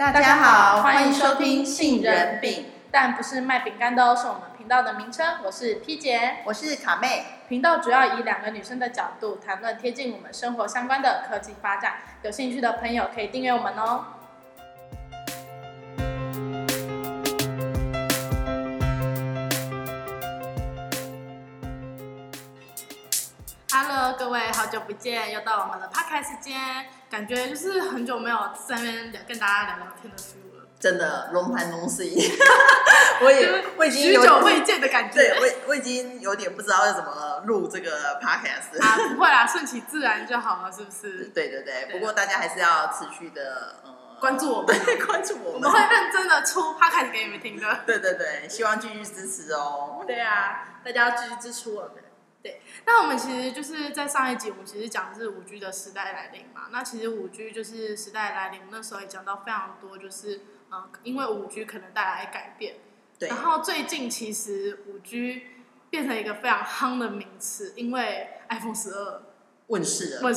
大家好，欢迎收听杏仁饼， 但不是卖饼干的哦，是我们频道的名称。我是 P 姐， 我是卡妹。 频道主要以两个女生的角度谈论贴近我们生活相关的科技发展，有兴趣的朋友可以订阅我们哦。Hello， 各位，好久不见，又到我们的 podcast 时间，感觉就是很久没有在那边跟大家聊聊天的 feel 了。 真的 long time no see， 我已经许久未见的感觉。 对，我已经有点不知道要怎么录这个 podcast。 不会啦，顺其自然就好了，是不是？ 对，不过大家还是要持续的关注我们， 对，关注我们， 我们会认真的出 podcast 给你们听的。 对，希望继续支持哦。 对啊，大家要继续支持我们。对，那我们其实就是在上一集，我们其实讲的是5G 的时代来临嘛。那其实5G 就是时代来临，那时候也讲到非常多，就是因为5G 可能带来改变。 对。 然后最近其实5G 变成一个非常夯的名词，因为 iPhone 12 问世了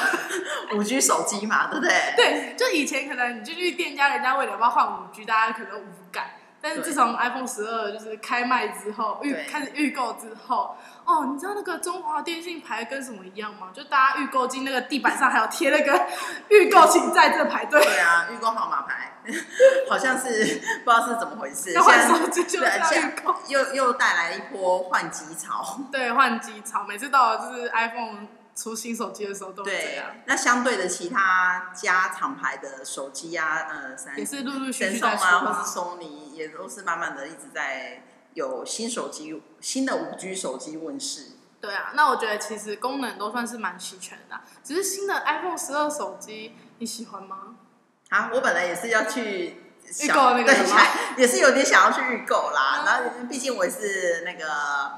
5G 手机嘛，对不对？ 对，就以前可能你就去店家，人家为了要不要换5G，大家可能无感。但是自从 iPhone 12就是开卖之后，开始预购之后，你知道那个中华电信排跟什么一样吗？就大家预购进那个地板上还有贴那个预购请在这排队。 对啊，预购号码牌，好像是不知道是怎么回事。 要换手机就是要预购， 又带来一波换机潮。 对，换机潮，每次到了就是 iPhone 出新手机的时候都是这样。 那相对的其他家厂牌的手机啊， 也是陆陆续续在出啊，或是 Sony 也都是慢慢的一直在有新的5G 手机问世。对啊，那我觉得其实功能都算是蛮齐全的，只是新的 iPhone 12手机你喜欢吗？ 我本来也是要去预购那个什么， 也是有点想要去预购啦。然后毕竟我也是那个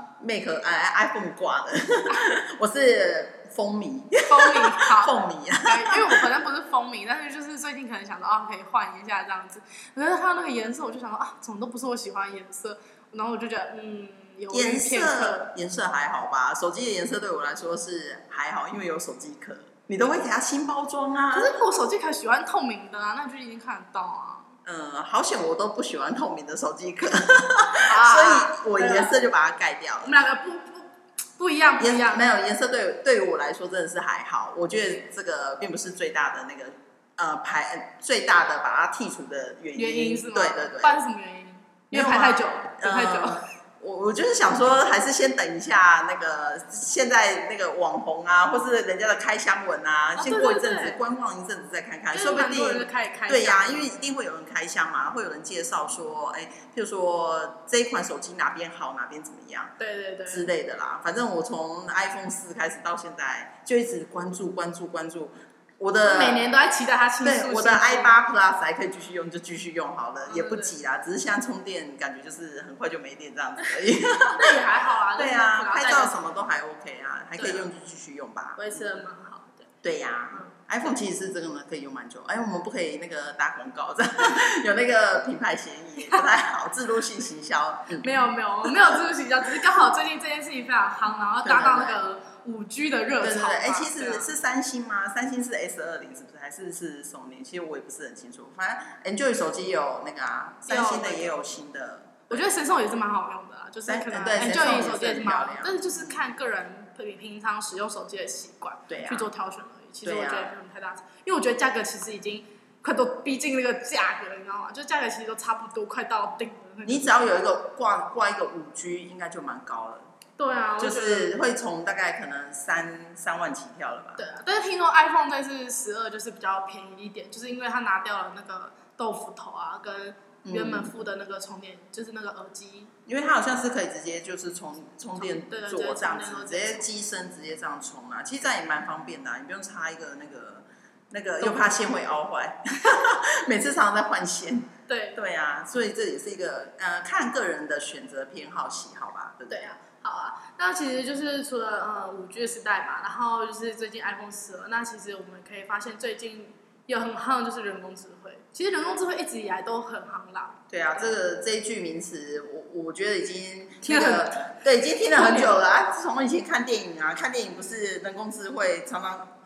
iPhone 挂的，我是风迷好， 凤迷啊。 因为我本来不是风迷，但是就是最近可能想到可以换一下这样子。可是看到那个颜色，我就想到怎么都不是我喜欢的颜色，然后我就觉得颜色还好吧，手机的颜色对我来说是还好，因为有手机壳，你都会给它新包装啊。 可是我手机壳喜欢透明的啊，那就一定看得到啊。 好险我都不喜欢透明的手机壳，所以我颜色就把它盖掉了。 我们两个不一样， 没有颜色对于我来说真的是还好，我觉得这个并不是最大的那个最大的把它剔除的原因是吗？ 对， 不然是什么原因？因为排太久，等太久。 我就是想说，还是先等一下那个现在那个网红啊，或是人家的开箱文啊，先过一阵子观望一阵子再看看，说不定对呀，因为一定会有人开箱嘛，会有人介绍说，譬如说这一款手机哪边好，哪边怎么样， 对之类的啦。反正我从 iPhone 4开始到现在，就一直关注。我每年都在期待它新出。 对，我的 i8 Plus 还可以继续用，就继续用好了，也不急啦。只是现在充电感觉就是很快就没电这样子而已。 那也还好啊。 对啊，拍照什么都还 OK 啊，还可以用就继续用吧。 维持的蛮好的。 对呀，iPhone 其实是这个呢，可以用蛮久。我们不可以那个打广告，有那个品牌嫌疑，不太好，制度性行销。 没有，我没有制度行销，只是刚好最近这件事情非常夯，然后搭到那个5G 的热潮。 对，其实是三星吗？三星是 S20是不是？还是Sony？其实我也不是很清楚。反正 Enjoy 手机有那个三星的也有新的。 我觉得神兽也是蛮好用的啦，就是可能 Enjoy 手机也是蛮好用，但是就是看个人平常使用手机的习惯，去做挑选而已。其实我觉得没有太大差，因为我觉得价格其实已经快都逼近那个价格，你知道吗？就价格其实都差不多，快到顶了。 你只要有一个挂一个5G， 应该就蛮高了。 对啊， 就是会从大概可能3万起跳了吧。 对啊，但是听说 iPhone 这次12就是比较便宜一点，就是因为它拿掉了那个豆腐头啊，跟原本附的那个充电，就是那个耳机。 因为它好像是可以直接就是充电座这样子，直接机身直接这样充啊，其实这样也蛮方便的你不用插一个那个又怕线会凹坏，每次常常在换线。对啊，所以这也是一个看个人的选择偏好喜好吧，对不对？ 对啊。好啊，那其实就是除了5G 的时代嘛，然后就是最近 iPhone 12，那其实我们可以发现最近有很夯的就是人工智慧。其实人工智慧一直以来都很夯啦。 对啊，这一句名词，我觉得已经听了，对，已经听了很久了啊。从以前看电影不是人工智慧常常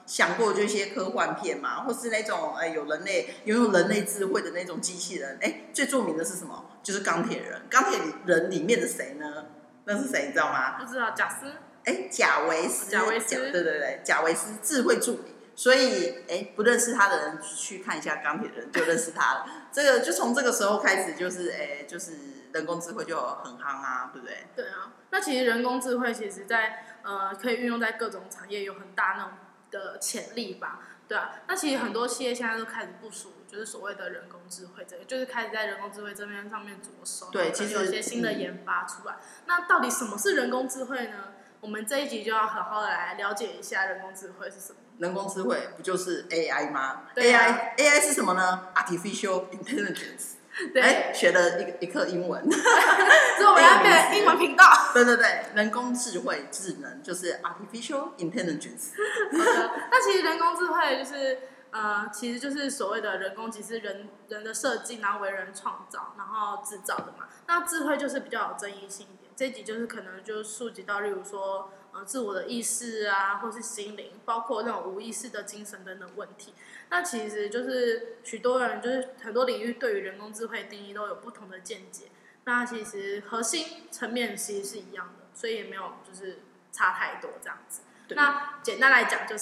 想过就一些科幻片嘛，或是那种有拥有人类智慧的那种机器人。最著名的是什么？就是钢铁人。钢铁人里面的谁呢？那是谁你知道吗？ 不知道，贾斯。 贾维斯。对，贾维斯智慧助理。所以不认识他的人去看一下钢铁人就认识他了。这个就从这个时候开始，就是人工智慧就很夯啊，对不对？ 对啊，那其实人工智慧其实在可以运用在各种产业，有很大那种的潜力吧。对啊，那其实很多企业现在都开始部署，就是所谓的人工智慧这个，就是开始在人工智慧这边上面着手， 对，其实有一些新的研发出来。那到底什么是人工智慧呢？我们这一集就要好好的来了解一下人工智慧是什么。 人工智慧不就是 AI 吗？ 对啊 AI 是什么呢 ？Artificial Intelligence。学了一课英文， 所以我们要变成英文频道。 对，人工智慧智能就是 Artificial Intelligence。 好的，那其实人工智慧就是其实就是所谓的人工，其实人的设计，然后为人创造，然后制造的嘛。那智慧就是比较有争议性一点，这一集就是可能就触及到，例如说自我的意识啊，或是心灵，包括那种无意识的精神等等问题。那其实就是许多人就是很多领域对于人工智慧定义都有不同的见解。那其实核心层面其实是一样的，所以也没有就是差太多这样子。那简单来讲就是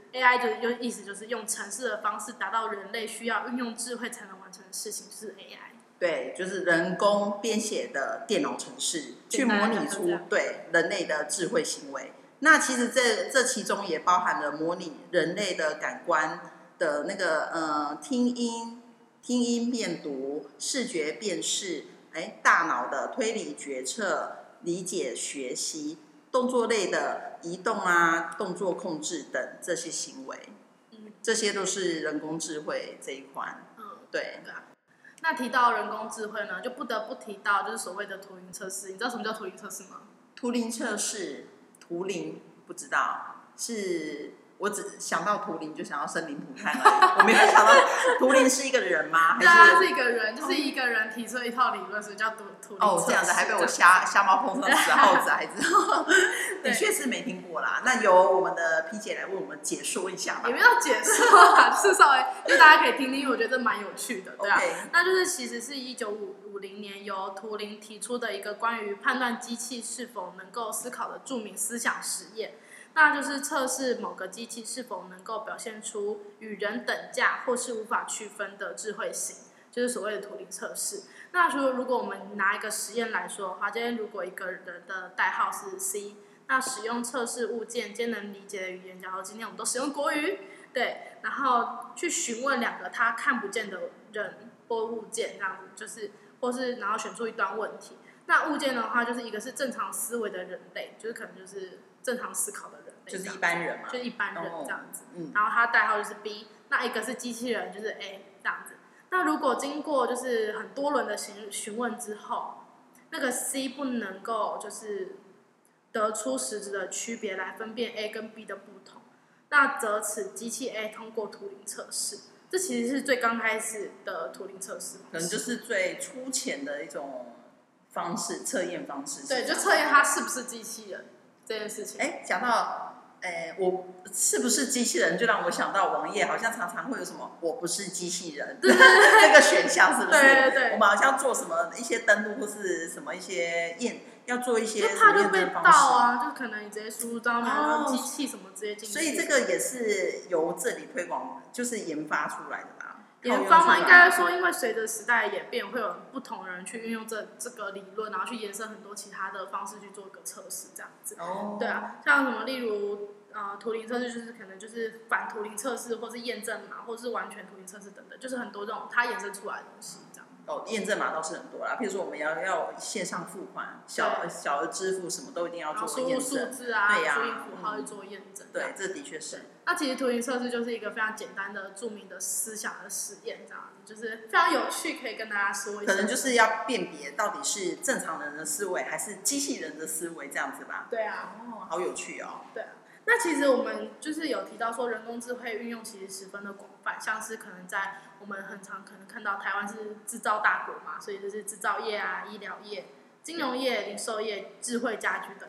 AI 就意思就是用程式的方式达到人类需要运用智慧才能完成的事情，就是 AI。 对，就是人工编写的电脑程式，去模拟出对人类的智慧行为。那其实这其中也包含了模拟人类的感官的那个听音辨读、视觉辨识，大脑的推理决策、理解学习、动作类的移动啊、动作控制等这些行为，这些都是人工智慧这一块。对。 那提到人工智慧呢，就不得不提到就是所谓的图灵测试。你知道什么叫图灵测试吗？ 图灵测试，图灵不知道，是我只想到图灵就想到生灵涂炭而已，我没有想到图灵是一个人吗？还是他是一个人，就是一个人提出一套理论，所以叫图灵测试。 这样子还被我瞎猫碰上死耗子，还知道？的确是没听过啦。那由我们的 P 姐来为我们解说一下吧。 也没有解说啊，是稍微就大家可以听听，因为我觉得这蛮有趣的，对啊。那就是其实是1950年由图灵提出的一个关于判断机器是否能够思考的著名思想实验。那就是测试某个机器是否能够表现出与人等价或是无法区分的智慧型，就是所谓的图灵测试。那如果我们拿一个实验来说的话，今天如果一个人的代号是 C， 那使用测试物件皆能理解的语言，假如今天我们都使用国语，对，然后去询问2个他看不见的人或物件，这样子就是或是然后选出一段问题。那物件的话，就是一个是正常思维的人类，就是可能就是正常思考的人类， 就是一般人嘛， 就一般人这样子。然后他代号就是 B， 那一个是机器人，就是 A 这样子。那如果经过就是很多轮的询问之后，那个 C 不能够就是得出实质的区别来分辨 A 跟 B 的不同，那则此机器 A 通过图灵测试。这其实是最刚开始的图灵测试， 可能就是最粗浅的一种方式，测验方式。 对，就测验它是不是机器人这件事情。 讲到我是不是机器人，就让我想到网页好像常常会有什么我不是机器人这个选项，是不是？ 对。 我们好像做什么一些登录或是什么一些要做一些什么验证方式，就怕就被盗啊，就可能你直接输入账号，机器什么直接进去。 所以这个也是由这里推广，就是研发出来的啦。 研发嘛，应该说，因为随着时代的演变，会有不同人去运用这个理论，然后去延伸很多其他的方式去做一个测试，这样子。对啊，像什么例如图灵测试，就是可能就是反图灵测试，或是验证码，或是完全图灵测试等等，就是很多这种它衍生出来的东西，这样。 验证码倒是很多啦，譬如说我们要线上付款、小额支付，什么都一定要做验证。 输入数字啊，输入符号去做验证。 对，这的确是。 那其实图灵测试就是一个非常简单的、著名的思想的实验，这样子就是非常有趣，可以跟大家说一下。 可能就是要辨别到底是正常人的思维还是机器人的思维这样子吧。 对啊。 好有趣哦。 对啊。那其实我们就是有提到说，人工智慧运用其实十分的广泛，像是可能在我们很常可能看到台湾是制造大国嘛，所以就是制造业啊、医疗业、金融业、零售业、智慧家居等等。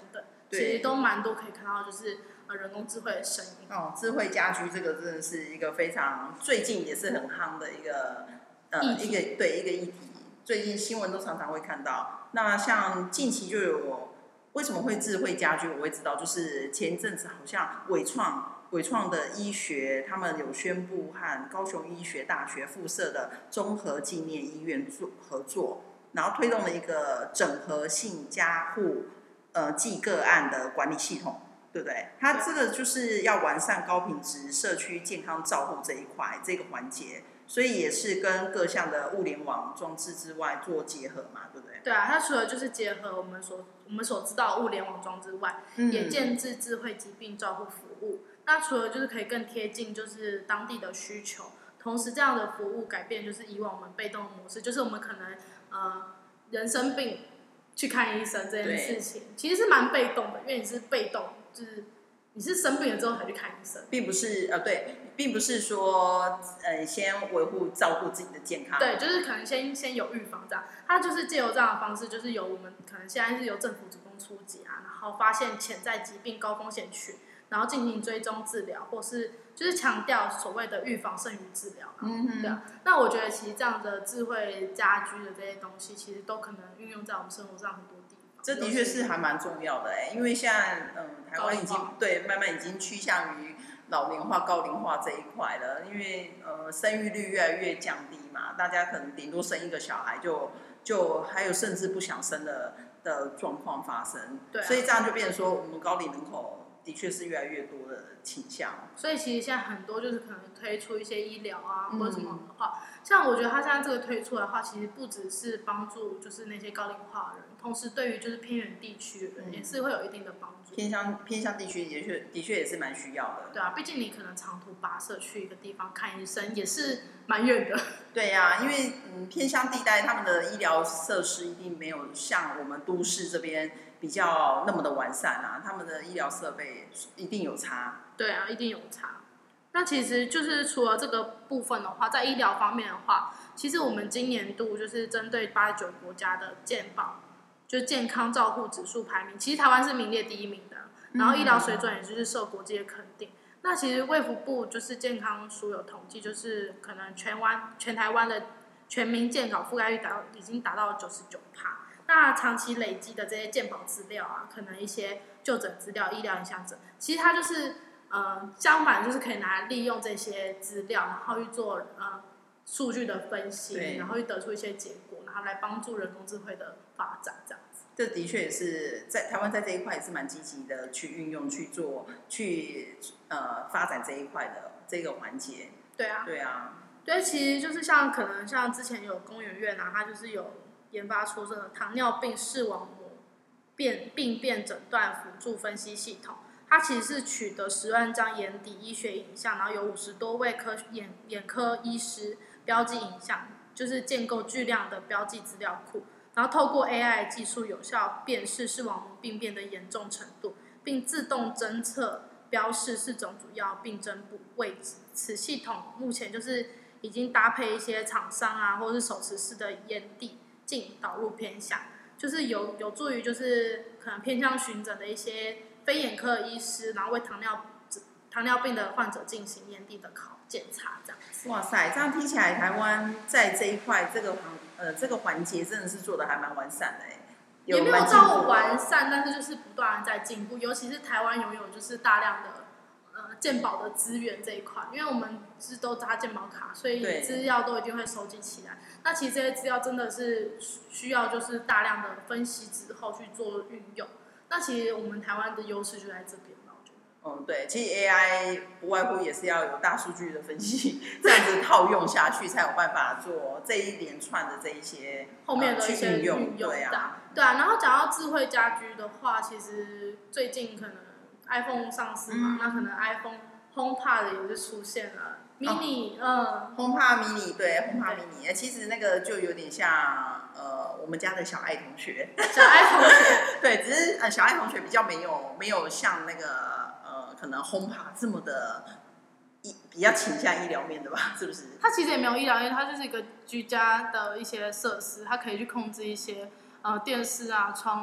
其实都蛮多可以看到，就是人工智慧的声音。 智慧家居这个真的是一个非常最近也是很夯的一个议题，最近新闻都常常会看到。那像近期就有为什么会智慧家居，我会知道，就是前一阵子好像伟创的医学，他们有宣布和高雄医学大学附设的综合纪念医院合作，然后推动了一个整合性家户记个案的管理系统，对不对？它这个就是要完善高品质社区健康照护这个环节，所以也是跟各项的物联网装置之外做结合嘛，对不对？ 对啊，它除了就是结合我们所知道的物联网装置外，也建置智慧疾病照护服务。那除了就是可以更贴近就是当地的需求，同时这样的服务改变就是以往我们被动的模式，就是我们可能人生病去看医生这件事情，其实是蛮被动的，因为你是被动，就是你是生病了之后才去看医生， 并不是并不是说先维护照顾自己的健康， 对，就是可能先有预防这样，它就是借由这样的方式，就是由我们可能现在是由政府主动出击啊，然后发现潜在疾病高风险群，然后进行追踪治疗，或是就是强调所谓的预防胜于治疗对啊。那我觉得其实这样的智慧家居的这些东西，其实都可能运用在我们生活上很多地方。 这的确是还蛮重要的因为现在台湾已经慢慢已经趋向于老龄化、高龄化这一块了，因为生育率越来越降低嘛，大家可能顶多生一个小孩就还有甚至不想生的状况发生， 对所以这样就变成说我们高龄人口的确是越来越多的倾向。 所以其实现在很多就是可能推出一些医疗啊或者什么的话，像我觉得他现在这个推出的话，其实不只是帮助就是那些高龄化的人，同时对于就是偏远地区的人也是会有一定的帮助。 偏乡地区的确也是蛮需要的。 对啊，毕竟你可能长途跋涉去一个地方看医生也是蛮远的。 对呀因为偏乡地带他们的医疗设施一定没有像我们都市这边比较那么的完善啊，他们的医疗设备一定有差。 对啊，一定有差。那其实就是除了这个部分的话，在医疗方面的话，其实我们今年度就是针对89国家的健保，就是健康照护指数排名，其实台湾是名列第1名的，然后医疗水准也就是受国际的肯定。那其实卫福部就是健康署有统计，就是可能全台湾的全民健保覆盖率已经达到99%。那长期累积的这些健保资料啊，可能一些就诊资料、医疗影像者，其实它就是相反，就是可以拿来利用这些资料，然后去做数据的分析，然后去得出一些结果，然后来帮助人工智慧的发展，这样子。 这的确也是在台湾在这一块也是蛮积极的去运用去做发展这一块的这个环节。 对啊， 对啊， 对，其实就是可能像之前有工研院啊，它就是有研发出这个糖尿病视网膜病变诊断辅助分析系统。它其实是取得10万张眼底医学影像，然后有50多位眼科医师标记影像，就是建构巨量的标记资料库，然后透过 AI 技术有效辨识视网膜病变的严重程度，并自动侦测标示4种主要病症位置。此系统目前就是已经搭配一些厂商啊，或者是手持式的眼底镜导入偏乡，就是有助于就是可能偏向巡诊的一些非眼科医师，然后为糖尿病的患者进行眼底的检查，这样子。 哇塞，这样听起来台湾在这一块这个环节真的是做的还蛮完善的也没有到完善，但是就是不断的在进步，尤其是台湾拥有就是大量的健保的资源这一块，因为我们是都扎健保卡，所以资料都一定会收集起来。那其实这些资料真的是需要就是大量的分析之后去做运用。那其实我们台湾的优势就在这边吧，我觉得。 对，其实 AI 不外乎也是要有大数据的分析，这样子套用下去才有办法做这一连串的这一些后面的一些运用。对啊。然后讲到智慧家居的话，其实最近可能 iPhone 上市嘛，那可能 iPhone HomePod 也是出现了 mini， HomePod mini， 对 HomePod mini， 其实那个就有点像我们家的小爱同学， 小爱同学， 对，只是小爱同学比较没有像那个可能 HomePod 这么的比较倾向医疗面的吧，是不是？ 它其实也没有医疗面，它就是一个居家的一些设施，它可以去控制一些电视啊、窗帘啊，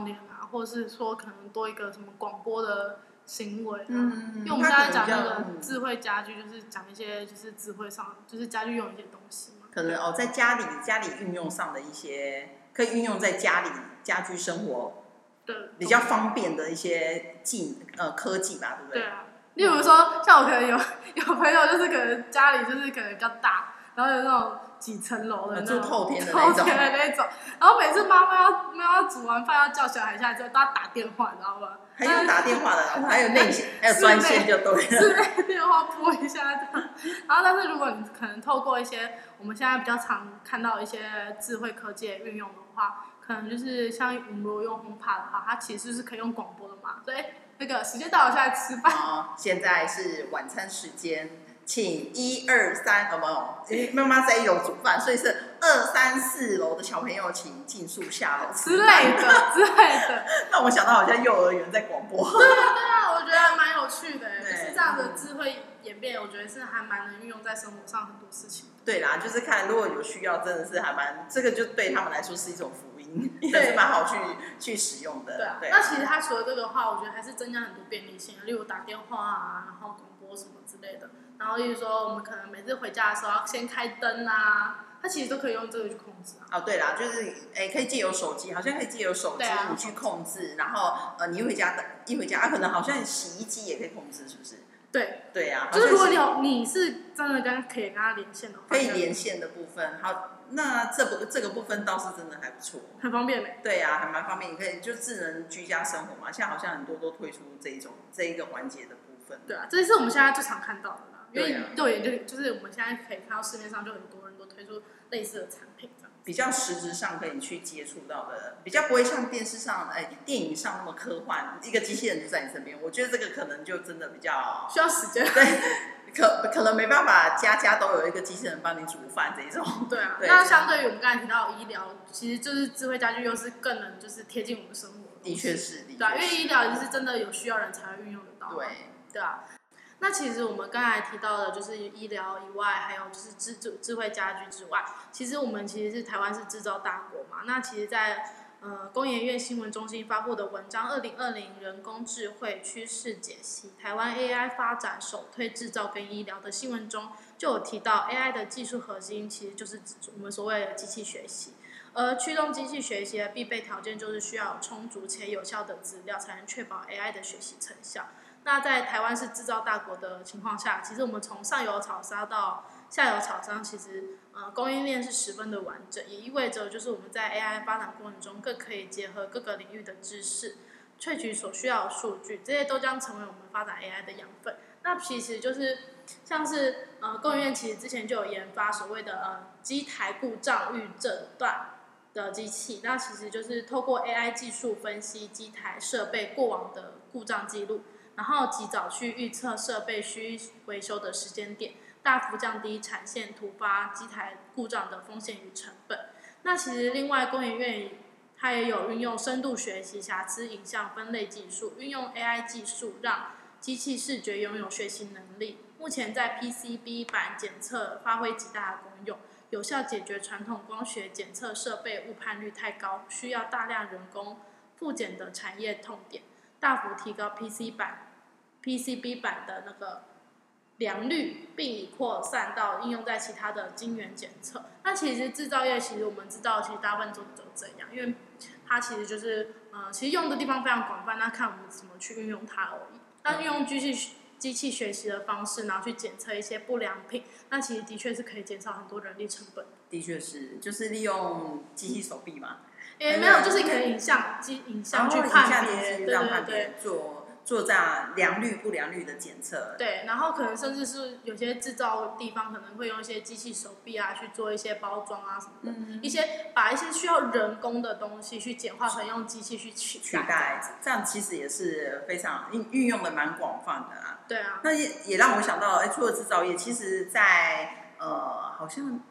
或者是说可能多一个什么广播的行为因为我们刚才讲那个智慧家居，就是讲一些就是智慧上，就是家居用一些东西嘛。 可能在家里运用上的一些，可以运用在家里家居生活，比较方便的一些科技吧，对不对？ 对啊，例如说，像我可能有朋友就是可能家里就是可能比较大，然后有那种几层楼的那种住透天的那种， 然后每次妈妈煮完饭要叫小孩下来之后，都要打电话，你知道吗？ 还有打电话的，还有内线，还有专线就对了。 是内电话拨一下这样。然后，但是如果你可能透过一些我们现在比较常看到一些智慧科技的运用的话，可能就是像我们如果用 HomePod 的话，它其实是可以用广播的嘛。所以那个时间到了，下来吃饭。 现在是晚餐时间。请1、2、3，有没有？妈妈在1楼煮饭，所以是2、3、4楼的小朋友请尽速下楼之类的。 那我想到好像幼儿园在广播。 对啊，我觉得还蛮有趣的，就是这样的智慧演变，我觉得是还蛮能运用在生活上很多事情。 对啦，就是看如果有需要，真的是还蛮这个就对他们来说是一种福音，也是蛮好去使用的。 对啊。那其实它除了这个的话，我觉得还是增加很多便利性，例如打电话啊，然后广播什么之类的。然后，例如说，我们可能每次回家的时候要先开灯啊，它其实都可以用这个去控制啊。 对啦，就是可以借由手机，好像可以借由手机你去控制，然后你一回家可能好像洗衣机也可以控制，是不是？对啊， 就是如果你是真的可以跟它连线的话， 可以连线的部分，好，那这个部分倒是真的还不错， 很方便嘞。 对啊，还蛮方便，你可以就智能居家生活嘛，现在好像很多都推出这一个环节的部分。 对啊，这是我们现在最常看到的啦。因为就是我们现在可以看到市面上就很多人都推出类似的产品，这样比较实质上可以去接触到的，比较不会像电视上、电影上那么科幻，一个机器人就在你身边。我觉得这个可能就真的比较需要时间。 对，可能没办法家家都有一个机器人帮你煮饭这一种。 对啊，那相对于我们刚才提到的医疗，其实就是智慧家居又是更能就是贴近我们生活的。 的确是， 对啊，因为医疗就是真的有需要人才会运用得到。对啊。那其实我们刚才提到的，就是医疗以外，还有就是智慧家居之外，其实我们其实是台湾是制造大国嘛。那其实在，工研院新闻中心发布的文章《2020人工智慧趋势解析：台湾 AI 发展首推制造跟医疗》的新闻中，就有提到 AI 的技术核心其实就是我们所谓的机器学习。而驱动机器学习的必备条件就是需要有充足且有效的资料，才能确保 AI 的学习成效。那在台湾是制造大国的情况下，其实我们从上游厂商到下游厂商，其实供应链是十分的完整，也意味着就是我们在 AI 发展过程中，更可以结合各个领域的知识，萃取所需要的数据，这些都将成为我们发展 AI 的养分。那其实就是像是工研院其实之前就有研发所谓的机台故障预诊断的机器，那其实就是透过 AI 技术分析机台设备过往的故障记录，然后及早去预测设备需维修的时间点，大幅降低产线突发机台故障的风险与成本。那其实另外工研院它也有运用深度学习瑕疵影像分类技术，运用 AI 技术让机器视觉拥有学习能力。目前在 PCB 板检测发挥极大的功用，有效解决传统光学检测设备误判率太高，需要大量人工复检的产业痛点，大幅提高 PCB 板的那个良率，并已扩散到应用在其他的晶圆检测。那其实制造业，其实我们知道，其实大部分都这样，因为它其实就是其实用的地方非常广泛，那看我们怎么去运用它而已。那运用机器学习的方式，然后去检测一些不良品，那其实的确是可以减少很多人力成本。 的确是，就是利用机器手臂嘛。 没有，就是可以影像去判别，对， 做这样良率不良率的检测。 对，然后可能甚至是有些制造地方可能会用一些机器手臂啊去做一些包装啊什么的，把一些需要人工的东西去简化成用机器去取代， 这样其实也是非常运用的蛮广泛的啊。 对啊。 那也让我想到，除了制造业，其实在好像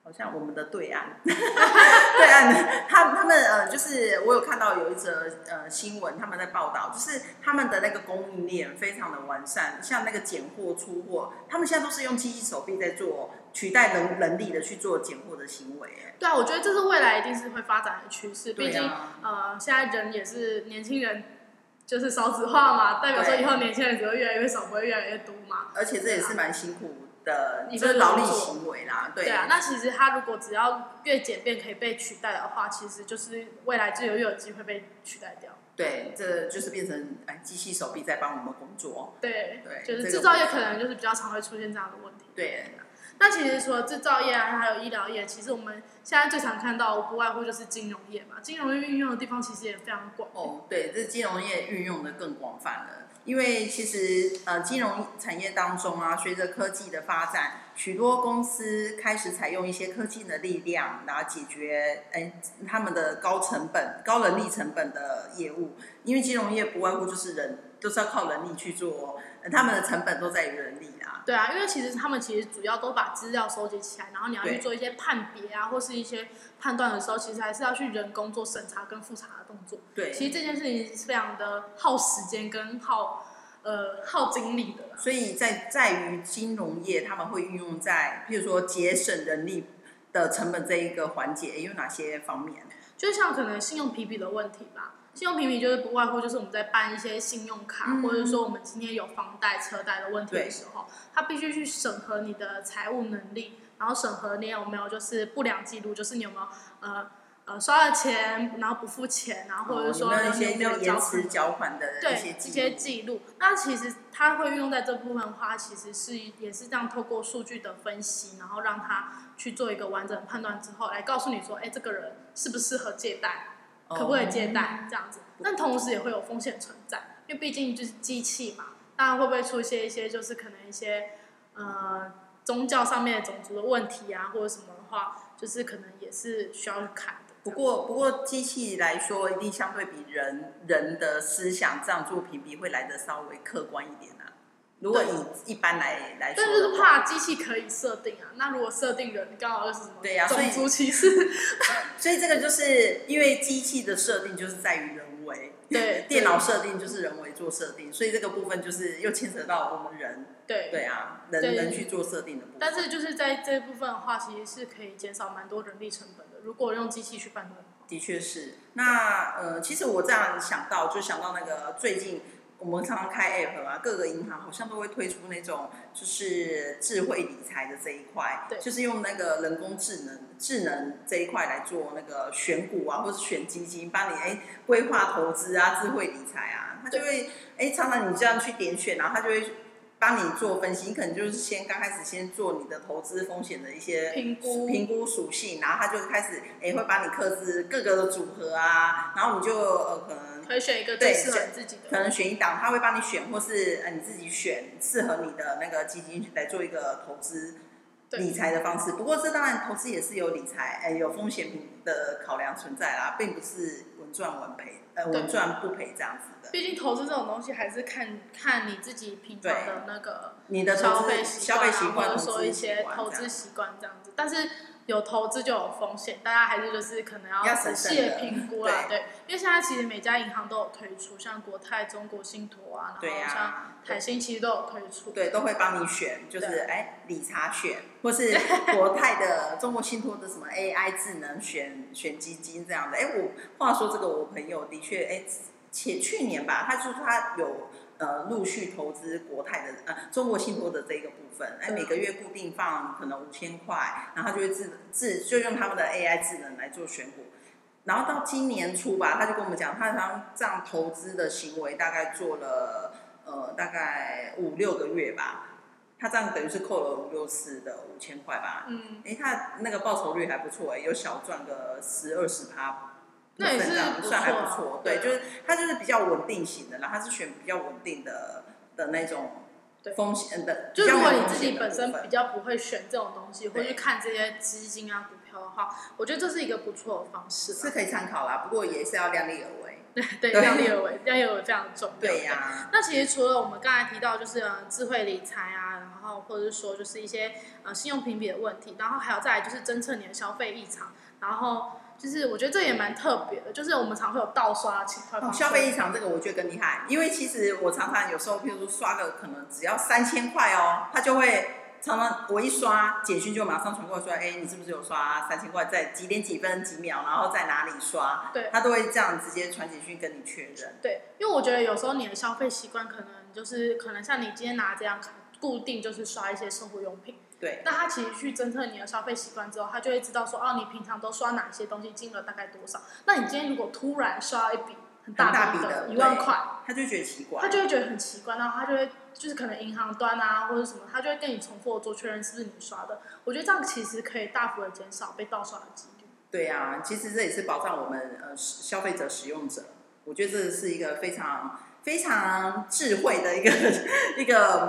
好像我们的对岸，对岸，他们就是我有看到有一则新闻，他们在报道，就是他们的那个供应链非常的完善，像那个拣货出货，他们现在都是用机器手臂在做，取代人力的去做拣货的行为。 对啊，我觉得这是未来一定是会发展的趋势，毕竟现在人也是年轻人。就是少子化嘛，代表说以后年轻人只会越来越少，不会越来越多嘛。 而且这也是蛮辛苦的，就是劳力行为啦。对啊，那其实他如果只要越简便可以被取代的话，其实就是未来就越有机会被取代掉。 对，这就是变成机器手臂在帮我们工作。 对，就是制造业可能就是比较常会出现这样的问题。 对。 那其实除了制造业啊，还有医疗业，其实我们现在最常看到不外乎就是金融业嘛。金融业运用的地方其实也非常广。 对，这金融业运用的更广泛了。因为其实金融产业当中啊，随着科技的发展，许多公司开始采用一些科技的力量，然后解决他们的高人力成本的业务。因为金融业不外乎就是人，都是要靠人力去做，他们的成本都在于人力啦。 对啊，因为他们其实主要都把资料收集起来，然后你要去做一些判别啊，或是一些判断的时候，其实还是要去人工做审查跟复查的动作。 对， 其实这件事情是非常的耗时间跟耗精力的。 所以在于金融业，他们会运用在譬如说节省人力的成本这一个环节，有哪些方面？ 就像可能信用评比的问题吧。信用评比就是不外乎就是我们在办一些信用卡，或者说我们今天有房贷、车贷的问题的时候，他必须去审核你的财务能力，然后审核你有没有就是不良记录，就是你有没有刷了钱然后不付钱，然后或者说你有没有延迟缴款的一些记录。那其实它会运用在这部分的话，其实也是这样透过数据的分析，然后让他去做一个完整的判断之后，来告诉你说，这个人适不适合借贷。可不可以借贷这样子？但同时也会有风险存在，因为毕竟就是机器嘛，当然会不会出现一些就是可能一些宗教上面的种族的问题啊，或者什么的话，就是可能也是需要去看的。 不过机器来说，一定相对比人的思想这样做评比会来得稍微客观一点啊。如果以一般来说， 但就是怕机器可以设定啊。那如果设定人刚好就是什么种族歧视， 所以这个就是因为机器的设定就是在于人为， 对， 电脑设定就是人为做设定，所以这个部分就是又牵扯到我们人，对啊，人去做设定的部分。 但是就是在这部分的话，其实是可以减少蛮多人力成本的。如果用机器去判断的话， 的确是。那其实我这样想到那个最近。我们常常开 app 嘛，各个银行好像都会推出那种就是智慧理财的这一块，就是用那个人工智能这一块来做那个选股啊，或者选基金，帮你规划投资啊，智慧理财啊，它就会常常你这样去点选，然后它就会帮你做分析，你可能就是刚开始先做你的投资风险的一些评估属性，然后它就开始会把你客制各个的组合啊，然后你就可能可以选一个最适合自己的， 可能选一档，他会帮你选，或是你自己选适合你的那个基金来做一个投资理财的方式。不过这当然投资也是有理财有风险的考量存在啦，并不是稳赚不赔这样子的。 毕竟投资这种东西还是看你自己平常的那个你的消费习惯， 或者说一些投资习惯这样子。但是有投资就有风险，大家还是就是可能要仔细的评估啦，对，因为现在其实每家银行都有推出，像国泰、中国信托啊，然后像台新其实都有推出， 对，都会帮你选，就是理查选，或是国泰的、中国信托的什么 AI 智能选基金这样的。我话说这个我朋友的确去年吧，他说他有陆续投资国泰的中国信托的这个部分，每个月固定放可能5000块，然后他就会就用他们的 AI 智能来做选股，然后到今年初吧，他就跟我们讲，他这样投资的行为大概做了大概5-6个月吧，他这样等于是扣了5-6次的5000块吧，他那个报酬率还不错，有小赚个10-20%。 那也是算还不错，对，就是它就是比较稳定型的，然后它是选比较稳定的那种风险的。 就如果你自己本身比较不会选这种东西，或去看这些基金啊、股票的话，我觉得这是一个不错的方式， 是可以参考啦。不过也是要量力而为。 对，量力而为非常重要。 对呀。 那其实除了我们刚才提到就是智慧理财啊，然后或者是说就是一些信用评比的问题，然后还有再来就是侦测你的消费异常，然后就是我觉得这也蛮特别的，就是我们常会有盗刷的情况。 消费异常这个我觉得更厉害，因为其实我常常有时候，譬如说刷个可能只要3000块哦，他就会常常我一刷简讯就马上传过来说，你是不是有刷3000块，在几点几分几秒，然后在哪里刷？ 对， 他都会这样直接传简讯跟你确认。 对，因为我觉得有时候你的消费习惯可能像你今天拿这张卡，固定就是刷一些生活用品。 对， 那他其实去侦测你的消费习惯之后，他就会知道说，你平常都刷哪些东西，金额大概多少。那你今天如果突然刷一笔很大笔的1万块， 他就觉得奇怪， 他就会觉得很奇怪，然后他就会就是可能银行端啊或者什么，他就会跟你重复的做确认是不是你刷的。我觉得这样其实可以大幅的减少被盗刷的几率。 对啊，其实这也是保障我们消费者使用者，我觉得这是一个非常非常智慧的一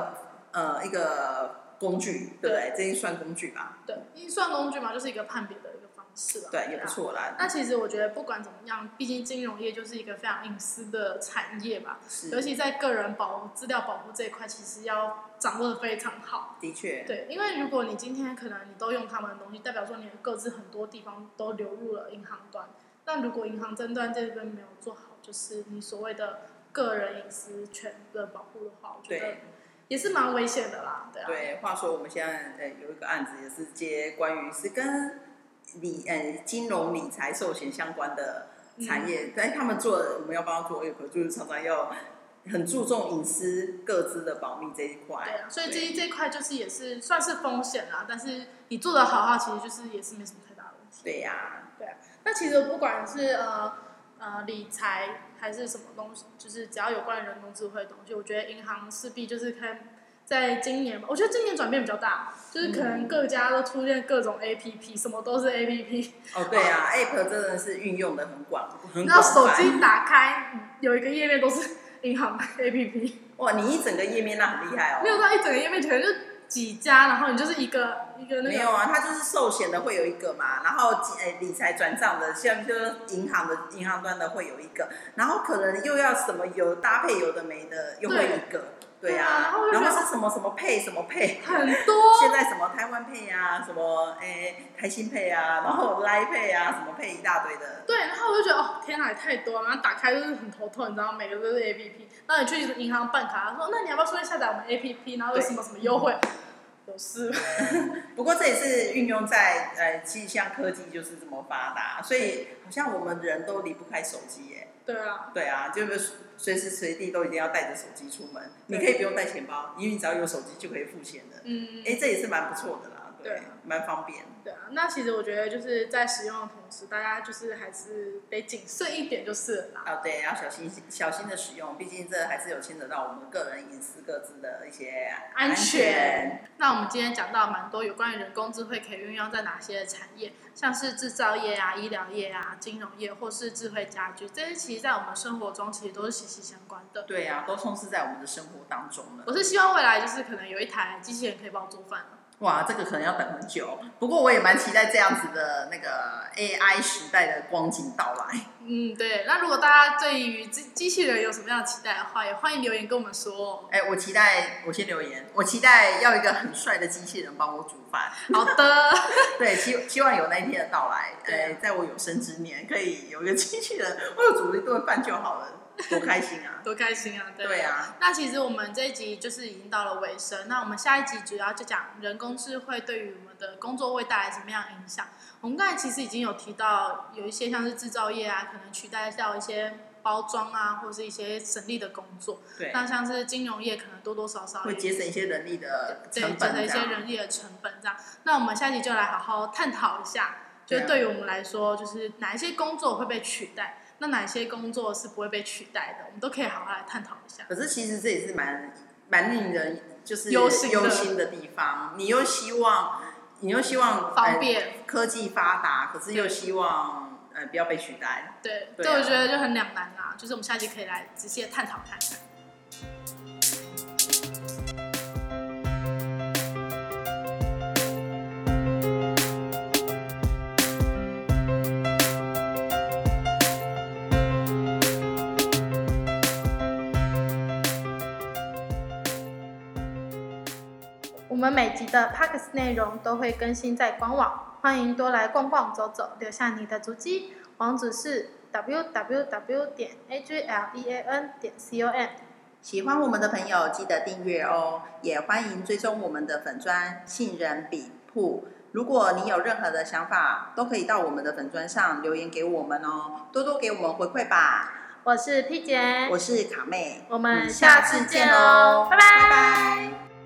个工具，对不对？这应算工具吧？ 对，应算工具嘛，就是一个判别的一个方式了。 对，也不错啦。 那其实我觉得不管怎么样，毕竟金融业就是一个非常隐私的产业吧，尤其在个人资料保护这一块，其实要掌握的非常好。 的确。 对，因为如果你今天可能你都用他们的东西，代表说你的个资很多地方都流入了银行端。但如果银行终端这边没有做好，就是你所谓的个人隐私权的保护的话，我觉得也是蛮危险的啦。对啊。 对，话说我们现在有一个案子，也是接关于是跟金融理财寿险相关的产业，但他们我们要帮他做 app， 就是常常要很注重隐私、个资的保密这一块。 对啊，所以这一块就是也是算是风险啦，但是你做得好的话，其实就是也是没什么太大的问题。 对呀。 对啊，那其实不管是理财还是什么东西，就是只要有关于人工智慧的东西，我觉得银行势必就是看在今年吧，我觉得今年转变比较大，就是可能各家都出现各种 APP， 什么都是 APP。 对啊，App 真的是运用的很广泛。 然后手机打开有一个页面都是银行 APP。 哇，你一整个页面那很厉害哦。 没有到一整个页面，可能就几家，然后你就是一个那个。 没有啊，它就是寿险的会有一个嘛，然后理财转账的，像就是银行端的会有一个，然后可能又要什么有搭配有的没的又会一个。对啊，然后是什么什么配什么配， 很多。 现在什么台湾配啊，什么台新配啊，然后来配啊，什么配一大堆的。 对，然后我就觉得天哪，也太多了，然后打开就是很头痛，你知道，每个都是 APP。然后你去银行办卡，他说那你要不要顺便下载我们 APP， 然后有什么什么优惠？有事。 不过这也是运用在其实像科技就是这么发达，所以好像我们人都离不开手机耶。 对啊。 对啊，就是随时随地都一定要带着手机出门，你可以不用带钱包，因为你只要有手机就可以付钱的。这也是蛮不错的啦，对，蛮方便。 对啊，那其实我觉得就是在使用的同时，大家就是还是得谨慎一点就是了啦。 对，要小心的使用，毕竟这还是有牵扯到我们个人隐私、个资的一些安全。 那我们今天讲到蛮多有关于人工智慧可以运用在哪些产业，像是制造业啊、医疗业啊、金融业或是智慧家居，这些其实在我们生活中其实都是息息相关的。 对啊，都充斥在我们的生活当中了。 我是希望未来就是可能有一台机器人可以帮我做饭。 哇，这个可能要等很久，不过我也蛮期待这样子的那个 AI 时代的光景到来。 对。那如果大家对于机器人有什么样的期待的话，也欢迎留言跟我们说。 我先留言，我期待要一个很帅的机器人帮我煮饭。 好的。 对，希望有那一天的到来。在我有生之年，可以有一个机器人，我有煮一顿饭就好了。多开心啊！ 多开心啊！ 对啊。 那其实我们这一集就是已经到了尾声，那我们下一集主要就讲人工智慧对于我们的工作会带来什么样的影响。我们刚才其实已经有提到，有一些像是制造业啊，可能取代掉一些包装啊，或是一些省力的工作。 对。 那像是金融业，可能多多少少会节省一些人力的成本， 节省一些人力的成本这样。那我们下集就来好好探讨一下，就对于我们来说，就是哪一些工作会被取代。那哪些工作是不会被取代的？我们都可以好好来探讨一下。 可是其实这也是蛮令人就是忧心的地方。你又希望方便科技发达，可是又希望不要被取代。 对，这我觉得就很两难啦。就是我们下集可以来仔细的探讨看看。 们每集的 Podcast 内容都会更新在官网，欢迎多来逛逛走走，留下你的足迹。网址是 www.aglean.com。 喜欢我们的朋友记得订阅哦，也欢迎追踪我们的粉专杏仁笔铺。如果你有任何的想法，都可以到我们的粉专上留言给我们哦，多多给我们回馈吧。 我是 P 姐， 我是卡妹， 我们下次见哦，拜拜。